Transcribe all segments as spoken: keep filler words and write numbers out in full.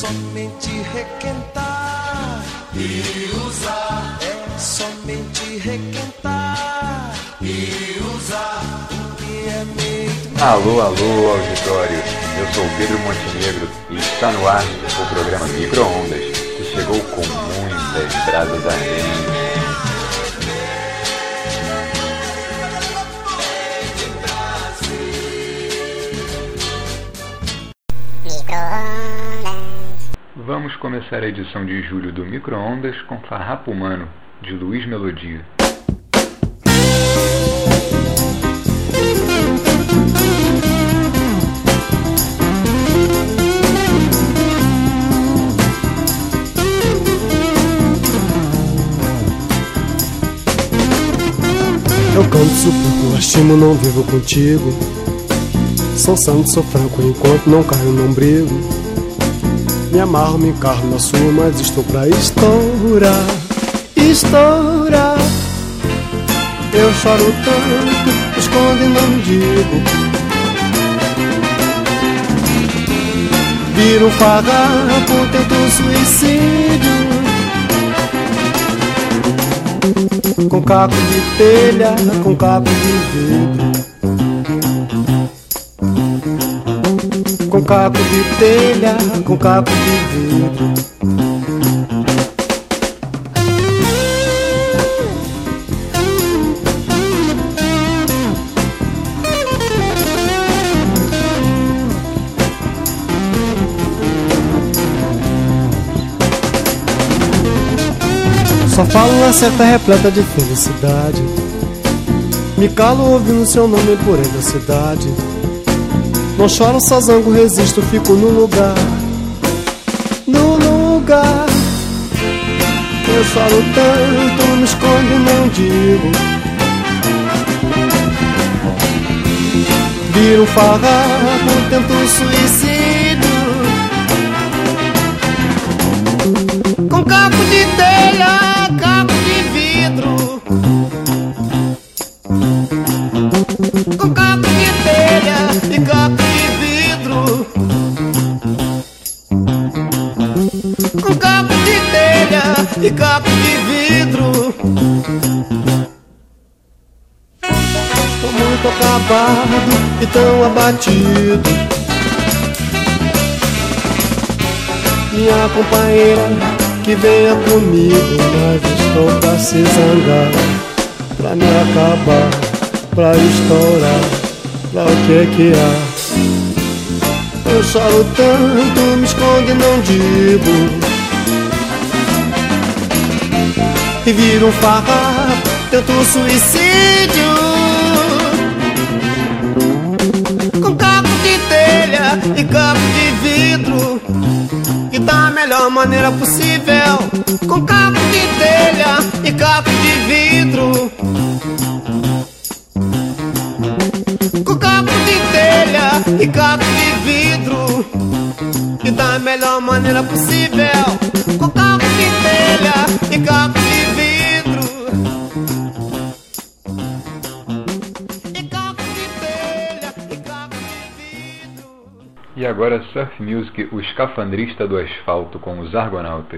somente requentar e usar. É somente requentar e usar. O que é meio... Alô, alô, auditório. Eu sou o Pedro Montenegro e está no ar o programa Micro-Ondas, que chegou com muitas brasas ardentes. Vamos começar a edição de julho do Micro-Ondas com Farrapo Humano, de Luiz Melodia. Eu canto, suplico, lastimo, não vivo contigo. Sou santo, sou franco, enquanto não caio no umbigo. Me amarro, me encarro na sua, mas estou pra estourar, estourar. Eu choro tanto, escondo e não digo. Viro um farrapo, tento suicídio. Com caco de telha, com caco de vidro. Com caco de telha, com caco de vidro. Só falo na certa repleta de felicidade. Me calo ouvindo seu nome por aí da cidade. Não choro, só zango, resisto, fico no lugar, no lugar. Eu choro tanto, me escondo e não digo. Viro um farrapo, tento suicídio. Com caco de telha, caco de vidro. Com caco de telha e caco de vidro. Com caco de telha e caco de vidro. Tô muito acabado e tão abatido. Minha companheira, que venha comigo, mas estou pra se zangar, pra me acabar, pra estourar, pra o que é que há. Eu choro tanto, me escondo e não digo. E viro um farrapo, tento suicídio. Com caco de telha e caco de vidro. E da melhor maneira possível. Com caco de telha e caco de vidro. Com caco de telha e caco de vidro. E da melhor maneira possível. Com caco de telha e caco de vidro. E caco de telha e caco de vidro. E agora Surf Music, o escafandrista do asfalto com os Argonautas.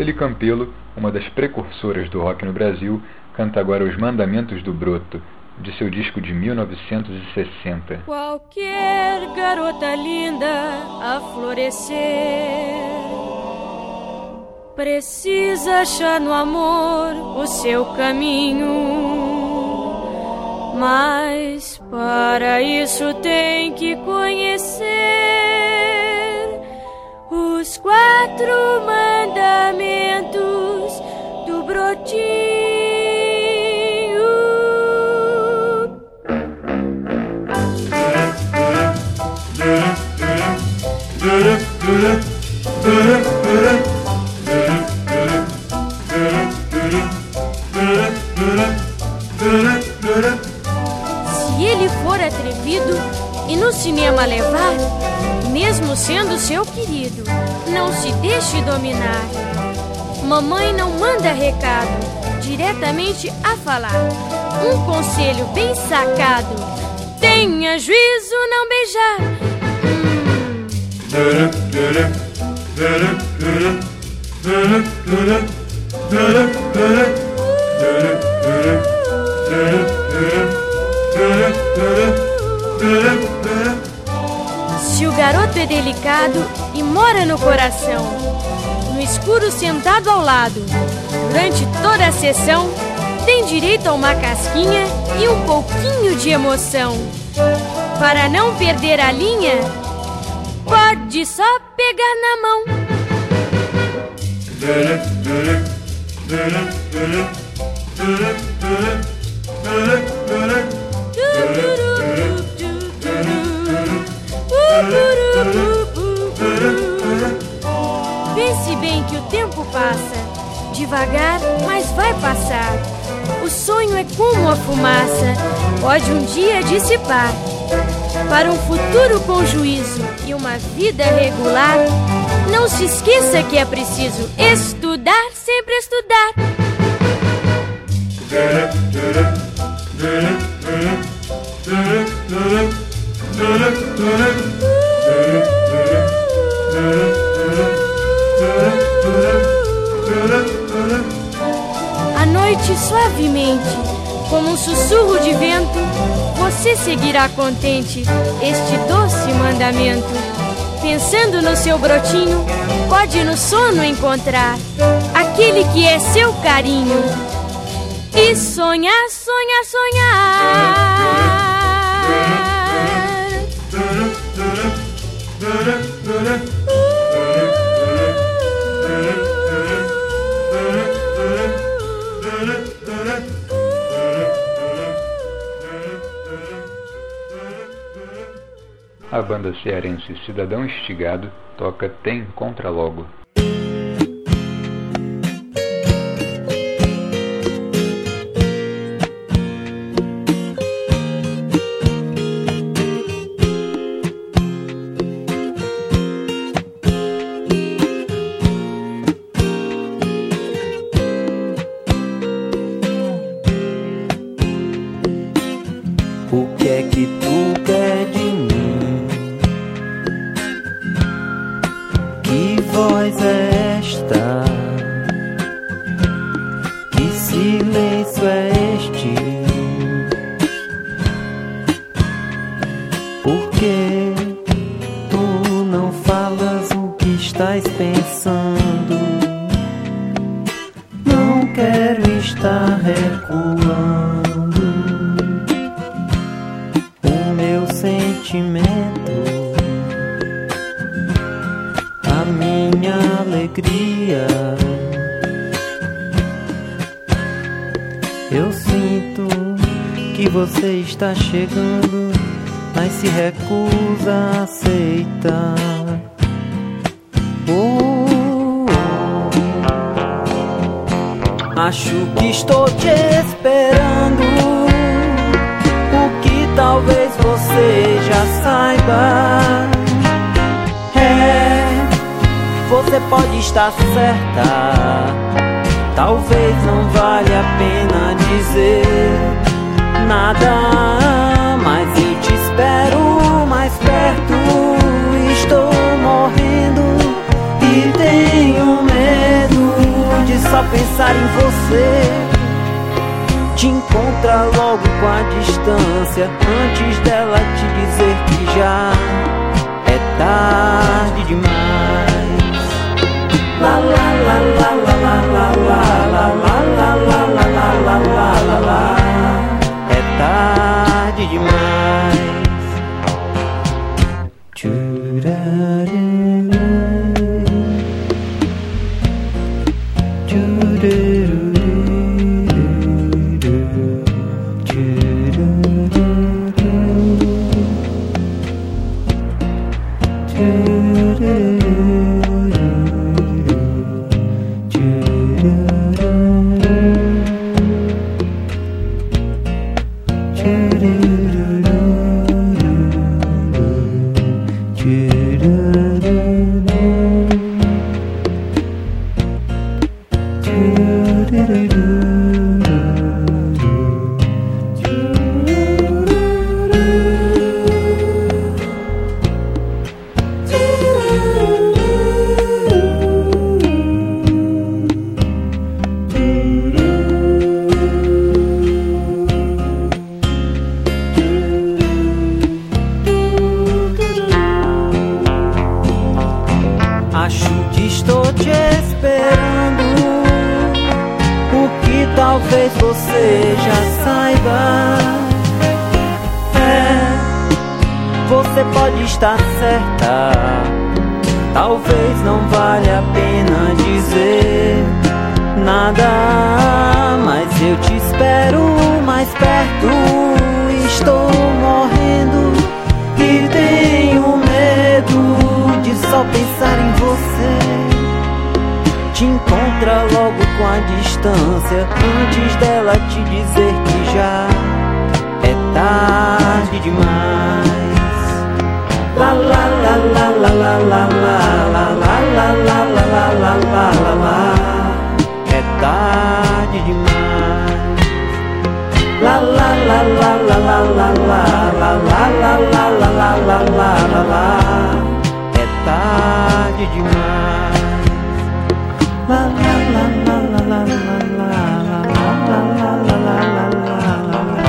Sueli Campelo, uma das precursoras do rock no Brasil, canta agora Os Mandamentos do Broto, de seu disco de mil novecentos e sessenta. Qualquer garota linda a florescer precisa achar no amor o seu caminho, mas para isso tem que conhecer os quatro mandamentos do brotinho. Se ele for atrevido e no cinema levar, mesmo sendo seu querido, não se deixe dominar. Mamãe não manda recado, diretamente a falar. Um conselho bem sacado: tenha juízo, não beijar. Se o garoto é delicado e mora no coração, no escuro sentado ao lado, durante toda a sessão, tem direito a uma casquinha e um pouquinho de emoção. Para não perder a linha, pode só pegar na mão. Pense bem que o tempo passa devagar, mas vai passar. O sonho é como a fumaça, pode um dia dissipar. Para um futuro com juízo e uma vida regular, não se esqueça que é preciso estudar, sempre estudar. À noite, suavemente, como um sussurro de vento, você seguirá contente este doce mandamento. Pensando no seu brotinho, pode no sono encontrar aquele que é seu carinho. E sonhar, sonhar, sonhar. A banda cearense Cidadão Estigado toca Tem Contra Logo. O que é que tu quer de mim? Que voz é esta? Que silêncio é este? Por que tu não falas o que estás pensando? Não quero estar recuando. Sentimento, a minha alegria. Eu sinto que você está chegando, mas se recusa a aceitar. Oh, oh. Acho que estou te esperando, o que talvez você já saiba. É, você pode estar certa. Talvez não valha a pena dizer nada, mas eu te espero mais perto. Estou morrendo e tenho medo. pensar em você, te encontra logo com a distância, antes dela te dizer que já é tarde demais. La la la la la la la la la la la la la la la, é tarde demais. Talvez você já saiba, é, você pode estar certa. Talvez não valha a pena dizer nada, mas eu te espero mais perto. Estou morrendo e tenho medo de só pensar em você. Te encontra logo com a distância, antes dela te dizer que já é tarde demais. La la la la la la la la la la la la la la la, é tarde demais. La la la la la la la la la la la la la la la, é tarde demais. La la la la la la la la la la la la la.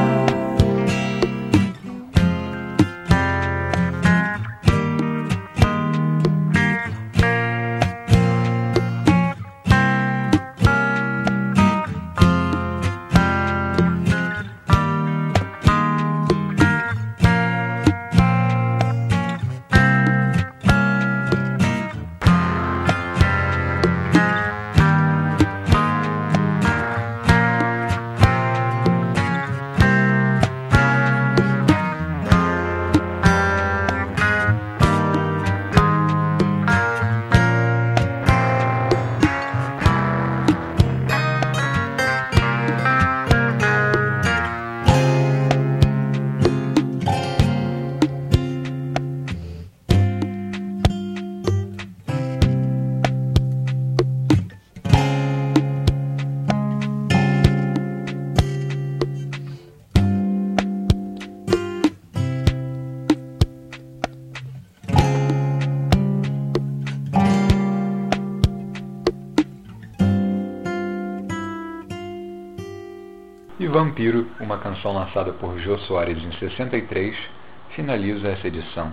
E Vampiro, uma canção lançada por Jô Soares em sessenta e três, finaliza essa edição.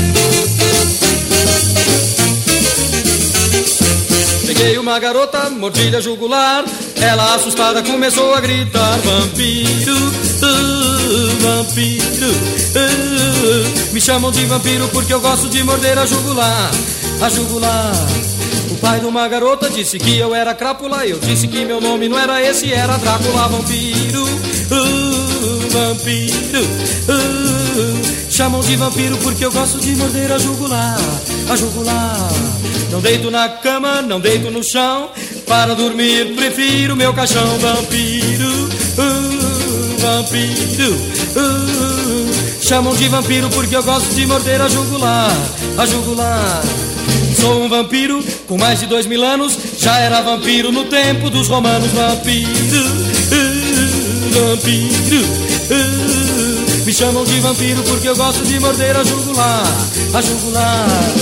Peguei uma garota, mordi-lhe a jugular. Ela assustada começou a gritar: vampiro, uh, vampiro, uh. Me chamam de vampiro porque eu gosto de morder a jugular, a jugular. O pai de uma garota disse que eu era crápula. Eu disse que meu nome não era esse, era Drácula. Vampiro, uh, vampiro, uh. Chamam de vampiro porque eu gosto de morder a jugular, a jugular. Não deito na cama, não deito no chão. Para dormir prefiro meu caixão. Vampiro, uh, vampiro, uh. Chamam de vampiro porque eu gosto de morder a jugular, a jugular. Sou um vampiro com mais de dois mil anos. Já era vampiro no tempo dos romanos. Vampiro, uh, vampiro, uh. Me chamam de vampiro porque eu gosto de morder a jugular, a jugular.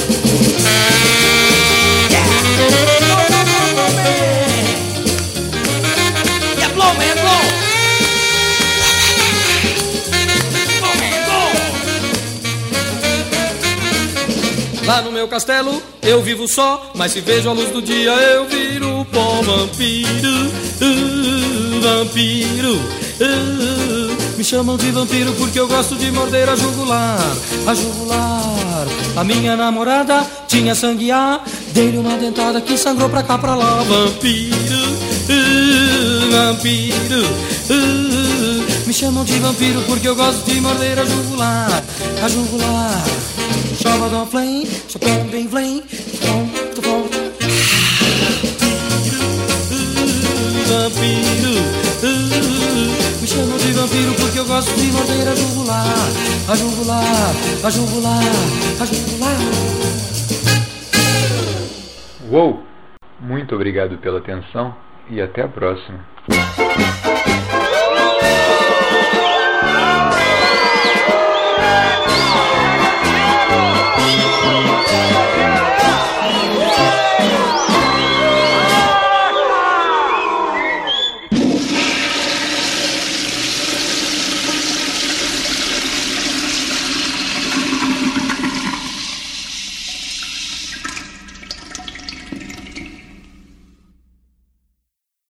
Lá no meu castelo eu vivo só, mas se vejo a luz do dia eu viro pó. Vampiro, uh, vampiro, uh, me chamam de vampiro porque eu gosto de morder a jugular, a jugular. A minha namorada tinha sangue A, dei-lhe uma dentada que sangrou pra cá pra lá. Vampiro, uh, vampiro, uh, me chamam de vampiro porque eu gosto de morder a jugular, a jugular. Chava da flame, chapéu bem flame, tom, tom, vampiro, uh, me chamam de vampiro porque eu gosto de morder a jugular, a jugular, a jugular, a jugular. Uou! Muito obrigado pela atenção e até a próxima.